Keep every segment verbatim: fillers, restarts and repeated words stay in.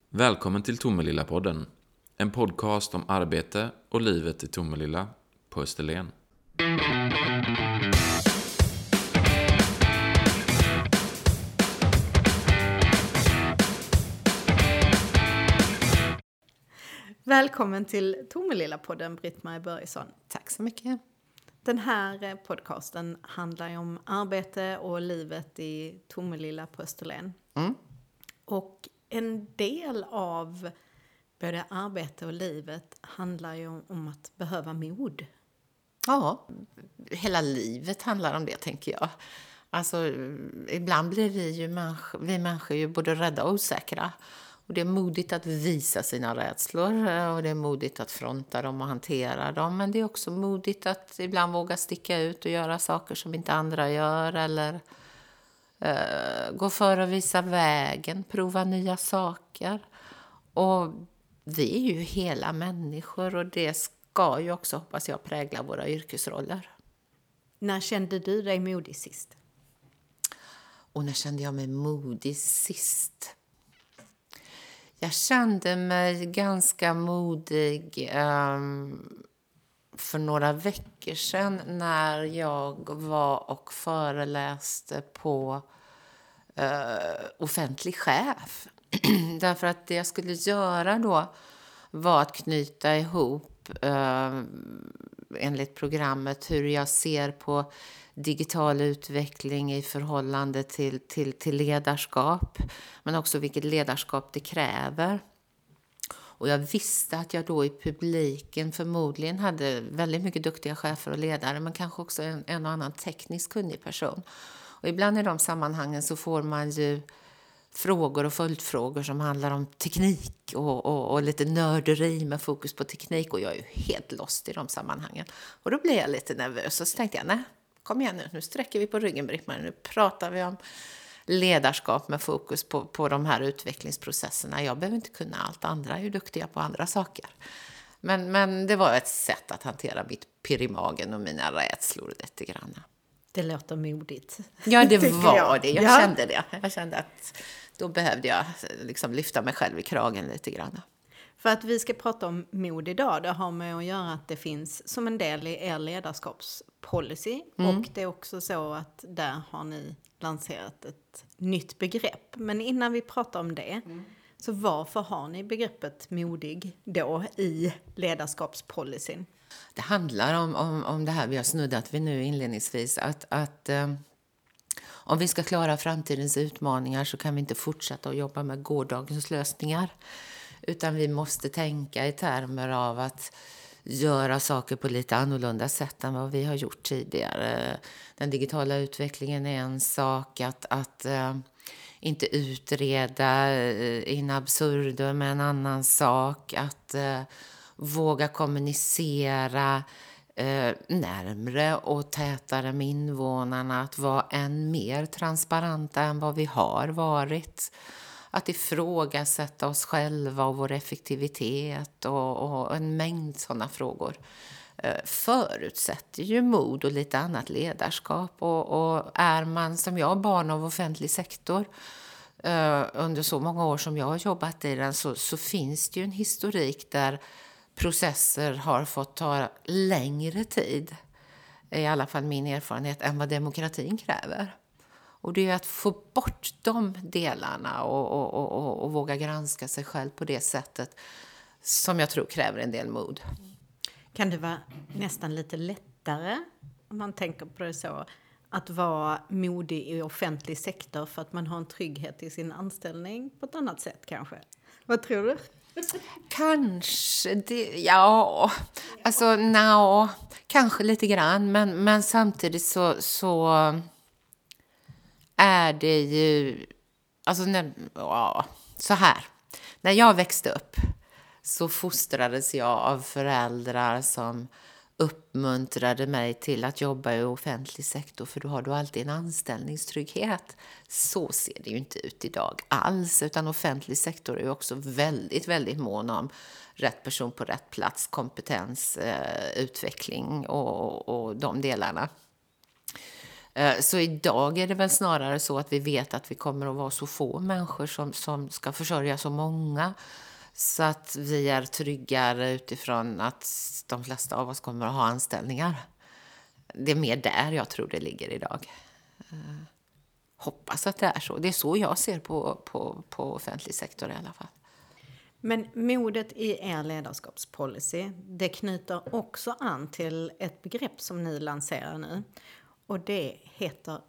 Välkommen till Tomelilla-podden, en podcast om arbete och livet i Tomelilla på Österlen. Välkommen till Tomelilla-podden, Britt-Marie Börjesson. Tack så mycket. Den här podcasten handlar ju om arbete och livet i Tomelilla på Österlen. Mm. Och en del av både arbete och livet handlar ju om att behöva mod. Ja, hela livet handlar om det, tänker jag. Alltså, ibland blir vi, ju människ- vi människor ju både rädda och osäkra. Och det är modigt att visa sina rädslor och det är modigt att fronta dem och hantera dem. Men det är också modigt att ibland våga sticka ut och göra saker som inte andra gör. Eller eh, gå före och visa vägen, prova nya saker. Och vi är ju hela människor och det ska ju också, hoppas jag, prägla våra yrkesroller. När kände du dig modig sist? Och när kände jag mig modig sist? Jag kände mig ganska modig um, för några veckor sedan när jag var och föreläste på uh, offentlig chef. Därför att det jag skulle göra då var att knyta ihop uh, enligt programmet hur jag ser på digital utveckling i förhållande till, till, till ledarskap. Men också vilket ledarskap det kräver. Och jag visste att jag då i publiken förmodligen hade väldigt mycket duktiga chefer och ledare. Men kanske också en, en och annan tekniskt kunnig person. Och ibland i de sammanhangen så får man ju frågor och följdfrågor som handlar om teknik och, och, och lite nörderi med fokus på teknik. Och jag är ju helt lost i de sammanhangen. Och då blev jag lite nervös och så tänkte jag, nej, kom igen nu, nu sträcker vi på ryggen, Britt-Marie. Nu pratar vi om ledarskap med fokus på, på de här utvecklingsprocesserna. Jag behöver inte kunna allt, andra är ju duktiga på andra saker. Men, men det var ett sätt att hantera mitt pirr i magen och mina rädslor lite grann. Det låter modigt. Ja, det var jag. det. Jag ja. kände det. Jag kände att då behövde jag liksom lyfta mig själv i kragen lite grann. För att vi ska prata om mod idag, det har med att göra att det finns som en del i er ledarskapspolicy. Mm. Och det är också så att där har ni lanserat ett nytt begrepp. Men innan vi pratar om det, mm. så varför har ni begreppet modig då i ledarskapspolicyn? Det handlar om, om, om det här vi har snuddat vid nu inledningsvis. Att, att eh, om vi ska klara framtidens utmaningar så kan vi inte fortsätta att jobba med gårdagens lösningar. Utan vi måste tänka i termer av att göra saker på lite annorlunda sätt än vad vi har gjort tidigare. Den digitala utvecklingen är en sak, att, att äh, inte utreda in absurdum med en annan sak. Att äh, våga kommunicera äh, närmre och tätare med invånarna. Att vara än mer transparenta än vad vi har varit. Att ifrågasätta oss själva och vår effektivitet och, och en mängd sådana frågor eh, förutsätter ju mod och lite annat ledarskap. Och, och är man som jag barn av offentlig sektor eh, under så många år som jag har jobbat i den så, så finns det ju en historik där processer har fått ta längre tid, i alla fall min erfarenhet, än vad demokratin kräver. Och det är att få bort de delarna och, och, och, och, och våga granska sig själv på det sättet som jag tror kräver en del mod. Kan det vara nästan lite lättare, om man tänker på det så, att vara modig i offentlig sektor för att man har en trygghet i sin anställning på ett annat sätt kanske? Vad tror du? Kanske, det, ja, alltså no, kanske lite grann, men, men samtidigt så... så är det ju, alltså när, ja, så här. När jag växte upp så fostrades jag av föräldrar som uppmuntrade mig till att jobba i offentlig sektor, för då har du alltid en anställningstrygghet. Så ser det ju inte ut idag alls, utan offentlig sektor är ju också väldigt, väldigt mån om rätt person på rätt plats, kompetens, eh, utveckling och, och de delarna. Så idag är det väl snarare så att vi vet att vi kommer att vara så få människor som, som ska försörja så många. Så att vi är tryggare utifrån att de flesta av oss kommer att ha anställningar. Det är mer där jag tror det ligger idag. Hoppas att det är så. Det är så jag ser på, på, på offentlig sektor i alla fall. Men modet i er ledarskapspolicy, det knyter också an till ett begrepp som ni lanserar nu. Och det heter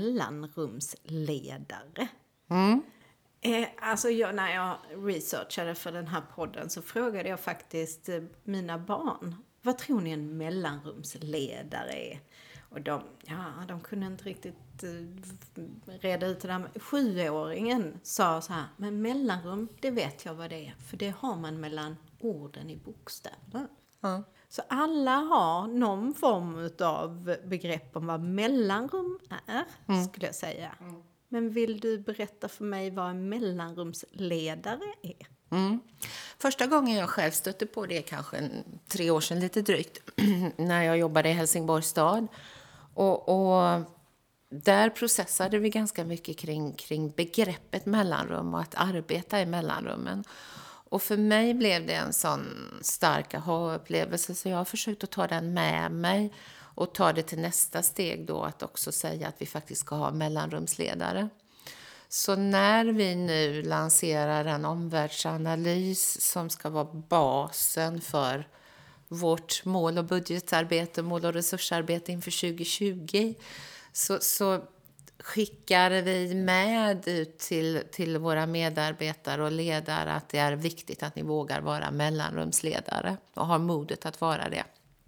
mellanrumsledare. Mm. Eh, alltså jag, när jag researchade för den här podden så frågade jag faktiskt eh, mina barn. Vad tror ni en mellanrumsledare är? Och de, ja, de kunde inte riktigt eh, reda ut det där. Sjuåringen sa så här, men mellanrum, det vet jag vad det är. För det har man mellan orden i bokstäverna. Mm. Så alla har någon form av begrepp om vad mellanrum är, mm. skulle jag säga. Mm. Men vill du berätta för mig vad en mellanrumsledare är? Mm. Första gången jag själv stötte på det, kanske en, tre år sedan lite drygt, när jag jobbade i Helsingborgs stad. Och, och där processade vi ganska mycket kring, kring begreppet mellanrum och att arbeta i mellanrummen. Och för mig blev det en sån stark aha-upplevelse så jag har försökt att ta den med mig och ta det till nästa steg då att också säga att vi faktiskt ska ha mellanrumsledare. Så när vi nu lanserar en omvärldsanalys som ska vara basen för vårt mål- och budgetarbete, mål- och resursarbete inför tjugo tjugo så, så skickar vi med ut till, till våra medarbetare och ledare att det är viktigt att ni vågar vara mellanrumsledare och har modet att vara det.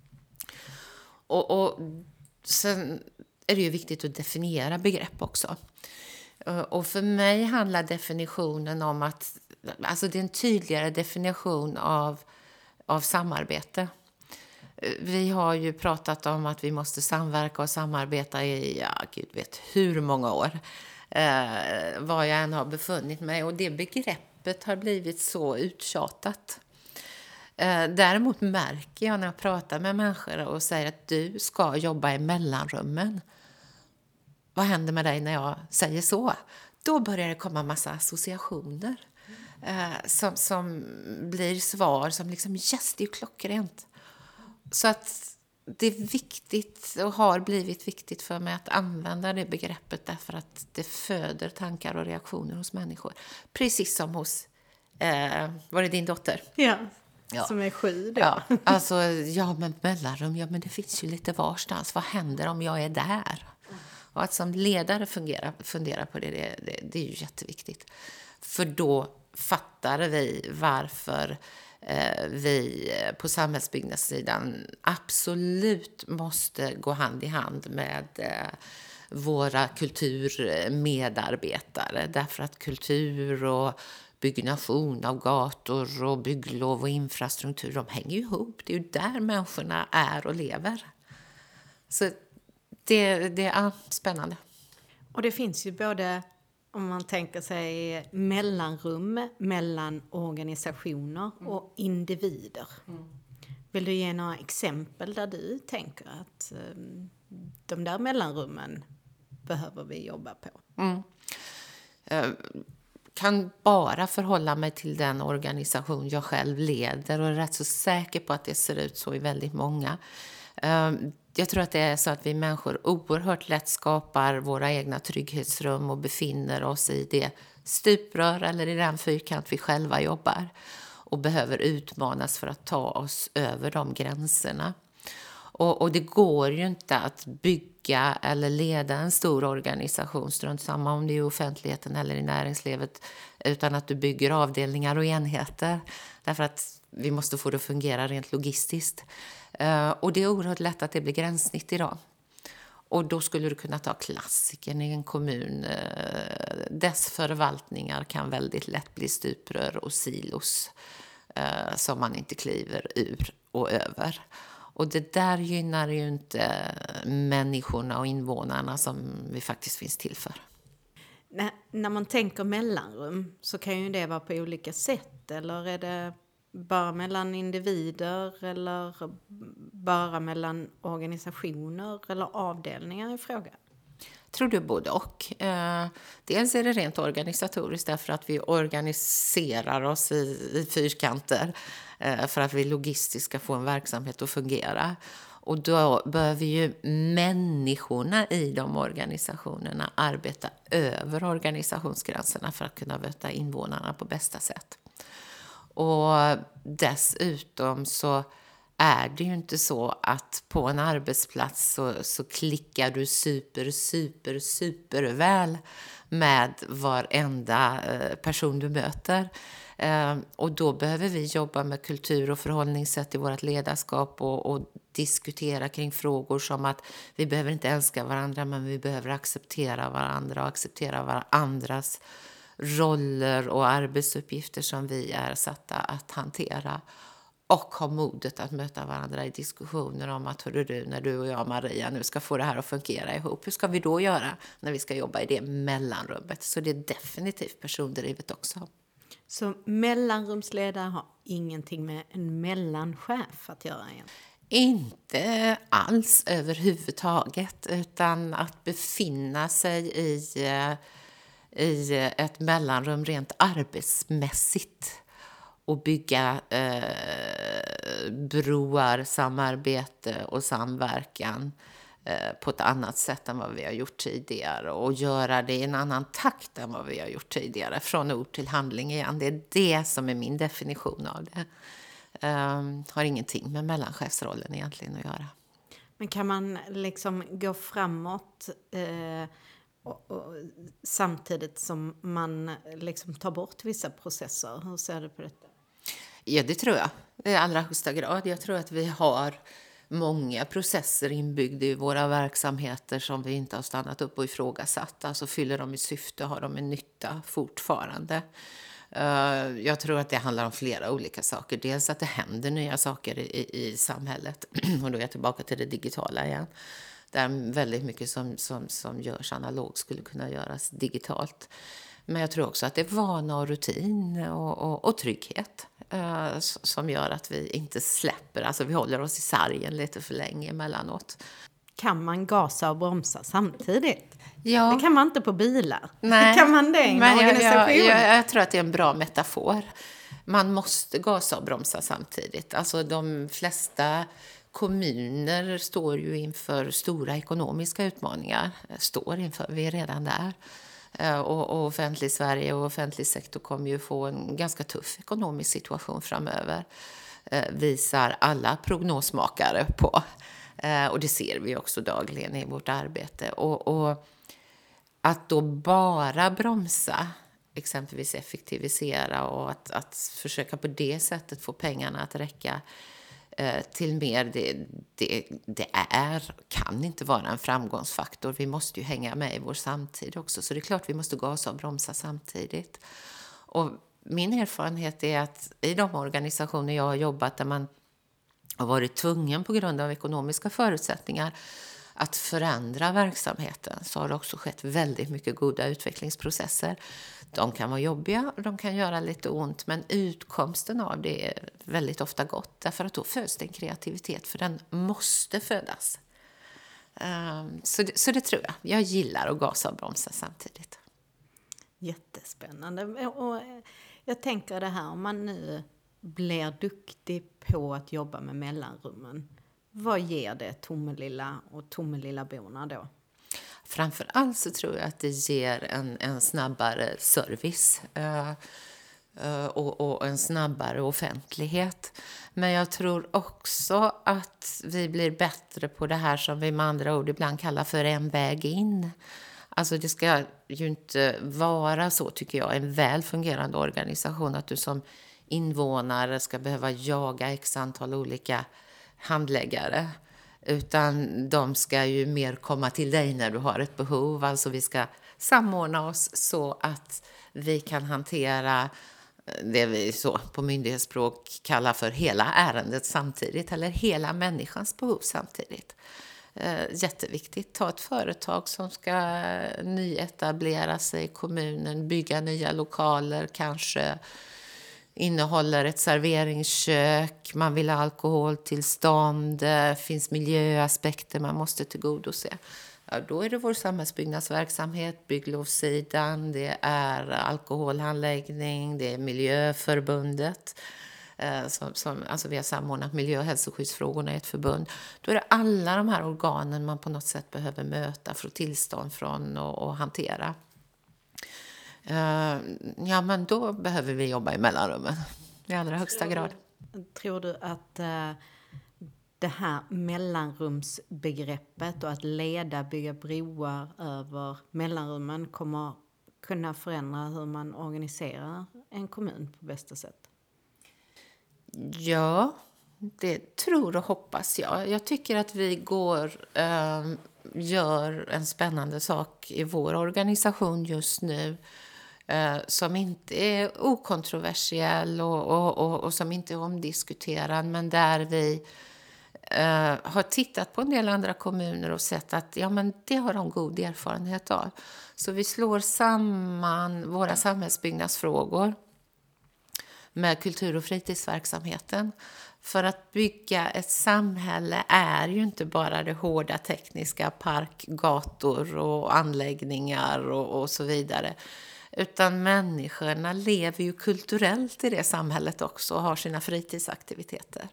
Och, och sen är det ju viktigt att definiera begrepp också. Och för mig handlar definitionen om att, alltså det är en tydligare definition av, av samarbete. Vi har ju pratat om att vi måste samverka och samarbeta i, ja, gud vet hur många år. Eh, var jag än har befunnit mig. Och det begreppet har blivit så uttjatat. Eh, däremot märker jag när jag pratar med människor och säger att du ska jobba i mellanrummen. Vad händer med dig när jag säger så? Då börjar det komma massa associationer. Eh, som, som blir svar som liksom, yes, det är ju klockrent. Så att det är viktigt och har blivit viktigt för mig att använda det begreppet därför att det föder tankar och reaktioner hos människor. Precis som hos, eh, var det din dotter? Ja, ja. Som är sju då. Ja, alltså, ja men mellanrum, ja men det finns ju lite varstans. Vad händer om jag är där? Och att som ledare fungera, fundera på det, det, det, det är ju jätteviktigt. För då fattar vi varför eh, vi på samhällsbyggnadssidan absolut måste gå hand i hand med eh, våra kulturmedarbetare. Därför att kultur och byggnation av gator och bygglov och infrastruktur, de hänger ihop. Det är ju där människorna är och lever. Så det, det är spännande. Och det finns ju både, om man tänker sig, mellanrum mellan organisationer mm. och individer. Mm. Vill du ge några exempel där du tänker att um, de där mellanrummen behöver vi jobba på? Mm. Uh, kan bara förhålla mig till den organisation jag själv leder och är rätt så säker på att det ser ut så i väldigt många. Uh, Jag tror att det är så att vi människor oerhört lätt skapar våra egna trygghetsrum och befinner oss i det stuprör eller i den fyrkant vi själva jobbar och behöver utmanas för att ta oss över de gränserna. Och, och det går ju inte att bygga eller leda en stor organisation, strunt samma om det är i offentligheten eller i näringslivet, utan att du bygger avdelningar och enheter därför att vi måste få det att fungera rent logistiskt. Uh, och det är oerhört lätt att det blir gränssnitt idag. Och då skulle du kunna ta klassiken i en kommun. Uh, dess förvaltningar kan väldigt lätt bli stuprör och silos uh, som man inte kliver ur och över. Och det där gynnar ju inte människorna och invånarna som vi faktiskt finns till för. När, när man tänker mellanrum så kan ju det vara på olika sätt. Eller är det bara mellan individer eller bara mellan organisationer eller avdelningar i fråga? tror du både och. Eh, dels är det rent organisatoriskt därför att vi organiserar oss i, i fyrkanter eh, för att vi logistiskt ska få en verksamhet att fungera. Och då behöver ju människorna i de organisationerna arbeta över organisationsgränserna för att kunna möta invånarna på bästa sätt. Och dessutom så är det ju inte så att på en arbetsplats så, så klickar du super, super, super väl med varenda person du möter. Och då behöver vi jobba med kultur och förhållningssätt i vårt ledarskap och, och diskutera kring frågor som att vi behöver inte älska varandra, men vi behöver acceptera varandra och acceptera varandras roller och arbetsuppgifter som vi är satta att hantera. Och ha modet att möta varandra i diskussioner om att hörru du, när du och jag, Maria, nu ska få det här att fungera ihop. Hur ska vi då göra när vi ska jobba i det mellanrummet? Så det är definitivt persondrivet också. Så mellanrumsledare har ingenting med en mellanchef att göra igen? Inte alls överhuvudtaget, utan att befinna sig i, i ett mellanrum rent arbetsmässigt. Och bygga eh, broar, samarbete och samverkan eh, på ett annat sätt än vad vi har gjort tidigare. Och göra det i en annan takt än vad vi har gjort tidigare. Från ord till handling igen. Det är det som är min definition av det. Eh, har ingenting med mellanchefsrollen egentligen att göra. Men kan man liksom gå framåt eh, och, och, samtidigt som man liksom tar bort vissa processer? Hur ser du på detta? Ja, det tror jag. I allra högsta grad. Jag tror att vi har många processer inbyggda i våra verksamheter som vi inte har stannat upp och ifrågasatt. Alltså fyller de i syfte, har de en nytta fortfarande. Jag tror att det handlar om flera olika saker. Dels att det händer nya saker i, i samhället. Och då är jag tillbaka till det digitala igen. Där väldigt mycket som, som, som görs analogt skulle kunna göras digitalt. Men jag tror också att det är vana och rutin och, och, och trygghet eh, som gör att vi inte släpper. Alltså vi håller oss i sargen lite för länge emellanåt. Kan man gasa och bromsa samtidigt? Ja. Det kan man inte på bilar. Nej. Kan man det i en Men organisation? Jag, jag, jag tror att det är en bra metafor. Man måste gasa och bromsa samtidigt. Alltså de flesta kommuner står ju inför stora ekonomiska utmaningar. Står inför, vi är redan där. Och, och offentlig Sverige och offentlig sektor kommer ju få en ganska tuff ekonomisk situation framöver. Eh, visar alla prognosmakare på. Eh, och det ser vi också dagligen i vårt arbete. Och, och att då bara bromsa, exempelvis effektivisera och att, att försöka på det sättet få pengarna att räcka till mer, det, det, det är, kan inte vara en framgångsfaktor. Vi måste ju hänga med i vår samtid också. Så det är klart vi måste gasa och bromsa samtidigt. Och min erfarenhet är att i de organisationer jag har jobbat där man har varit tvungen på grund av ekonomiska förutsättningar att förändra verksamheten, så har det också skett väldigt mycket goda utvecklingsprocesser. De kan vara jobbiga och de kan göra lite ont, men utkomsten av det är väldigt ofta gott. Därför att då föds det en kreativitet, för den måste födas. Um, så, det, så det tror jag. Jag gillar att gasa och bromsa samtidigt. Jättespännande. Och jag tänker det här, om man nu blir duktig på att jobba med mellanrummen, vad ger det Tomelilla och Tomelilla-borna då? Framförallt så tror jag att det ger en, en snabbare service uh, uh, och, och en snabbare offentlighet. Men jag tror också att vi blir bättre på det här som vi med andra ord ibland kallar för en väg in. Alltså det ska ju inte vara så, tycker jag, en väl fungerande organisation att du som invånare ska behöva jaga x antal olika handläggare, utan de ska ju mer komma till dig när du har ett behov. Alltså vi ska samordna oss så att vi kan hantera det vi så på myndighetsspråk kallar för hela ärendet samtidigt, eller hela människans behov samtidigt. Jätteviktigt. Ta ett företag som ska nyetablera sig i kommunen, bygga nya lokaler, kanske innehåller ett serveringskök, man vill ha alkoholtillstånd, det finns miljöaspekter man måste tillgodose. Ja, då är det vår samhällsbyggnadsverksamhet, bygglovssidan, det är alkoholhandläggning, det är Miljöförbundet. Eh, som, som, alltså vi har samordnat miljö- och hälsoskyddsfrågorna i ett förbund. Då är det alla de här organen man på något sätt behöver möta för tillstånd från och, och hantera. Eh, ja, men då behöver vi jobba i mellanrummen i allra högsta grad. Tror du att eh, det här mellanrumsbegreppet och att leda, bygga broar över mellanrummen kommer kunna förändra hur man organiserar en kommun på bästa sätt? Ja, det tror och hoppas jag. Jag tycker att vi går, eh, gör en spännande sak i vår organisation just nu. Eh, som inte är okontroversiell och, och, och, och som inte är omdiskuterad. Men där vi eh, har tittat på en del andra kommuner och sett att ja, men det har de god erfarenhet av. Så vi slår samman våra samhällsbyggnadsfrågor med kultur- och fritidsverksamheten. För att bygga ett samhälle är ju inte bara det hårda tekniska, park, gator och anläggningar och, och så vidare. Utan människorna lever ju kulturellt i det samhället också och har sina fritidsaktiviteter.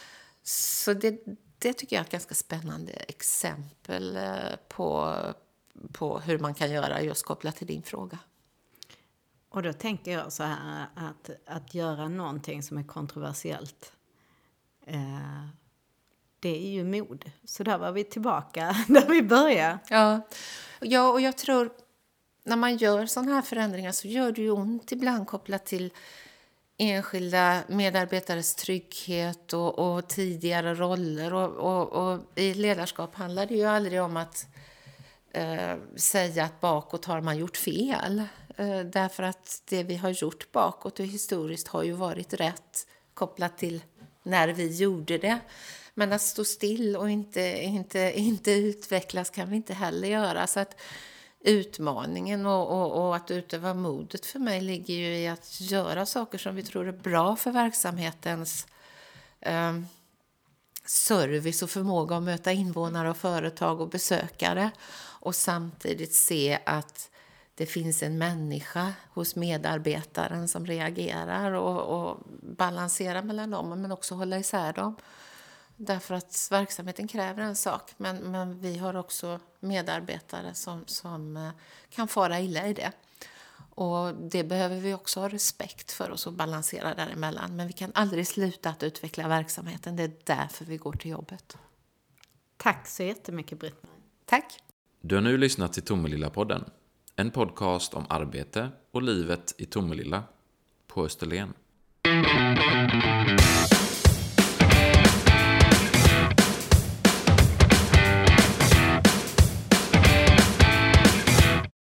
Så det, det tycker jag är ett ganska spännande exempel på, på hur man kan göra just kopplat till din fråga. Och då tänker jag så här att, att göra någonting som är kontroversiellt, eh, det är ju mod. Så där var vi tillbaka där vi började. Ja, ja, och jag tror när man gör sådana här förändringar så gör det ju ont ibland kopplat till enskilda medarbetares trygghet och, och tidigare roller. Och, och, och i ledarskap handlar det ju aldrig om att eh, säga att bakåt har man gjort fel. Eh, därför att det vi har gjort bakåt och historiskt har ju varit rätt kopplat till när vi gjorde det. Men att stå still och inte, inte, inte utvecklas kan vi inte heller göra. Så att utmaningen och, och, och att utöva modet för mig ligger ju i att göra saker som vi tror är bra för verksamhetens eh, service och förmåga att möta invånare och företag och besökare. Och samtidigt se att det finns en människa hos medarbetaren som reagerar och, och balanserar mellan dem men också hålla isär dem. Därför att verksamheten kräver en sak, men, men vi har också medarbetare som, som kan fara illa i det. Och det behöver vi också ha respekt för oss och balansera däremellan. Men vi kan aldrig sluta att utveckla verksamheten, det är därför vi går till jobbet. Tack så jättemycket, Britt-Marie. Tack! Du har nu lyssnat till Tomelilla-podden. En podcast om arbete och livet i Tomelilla på Österlen.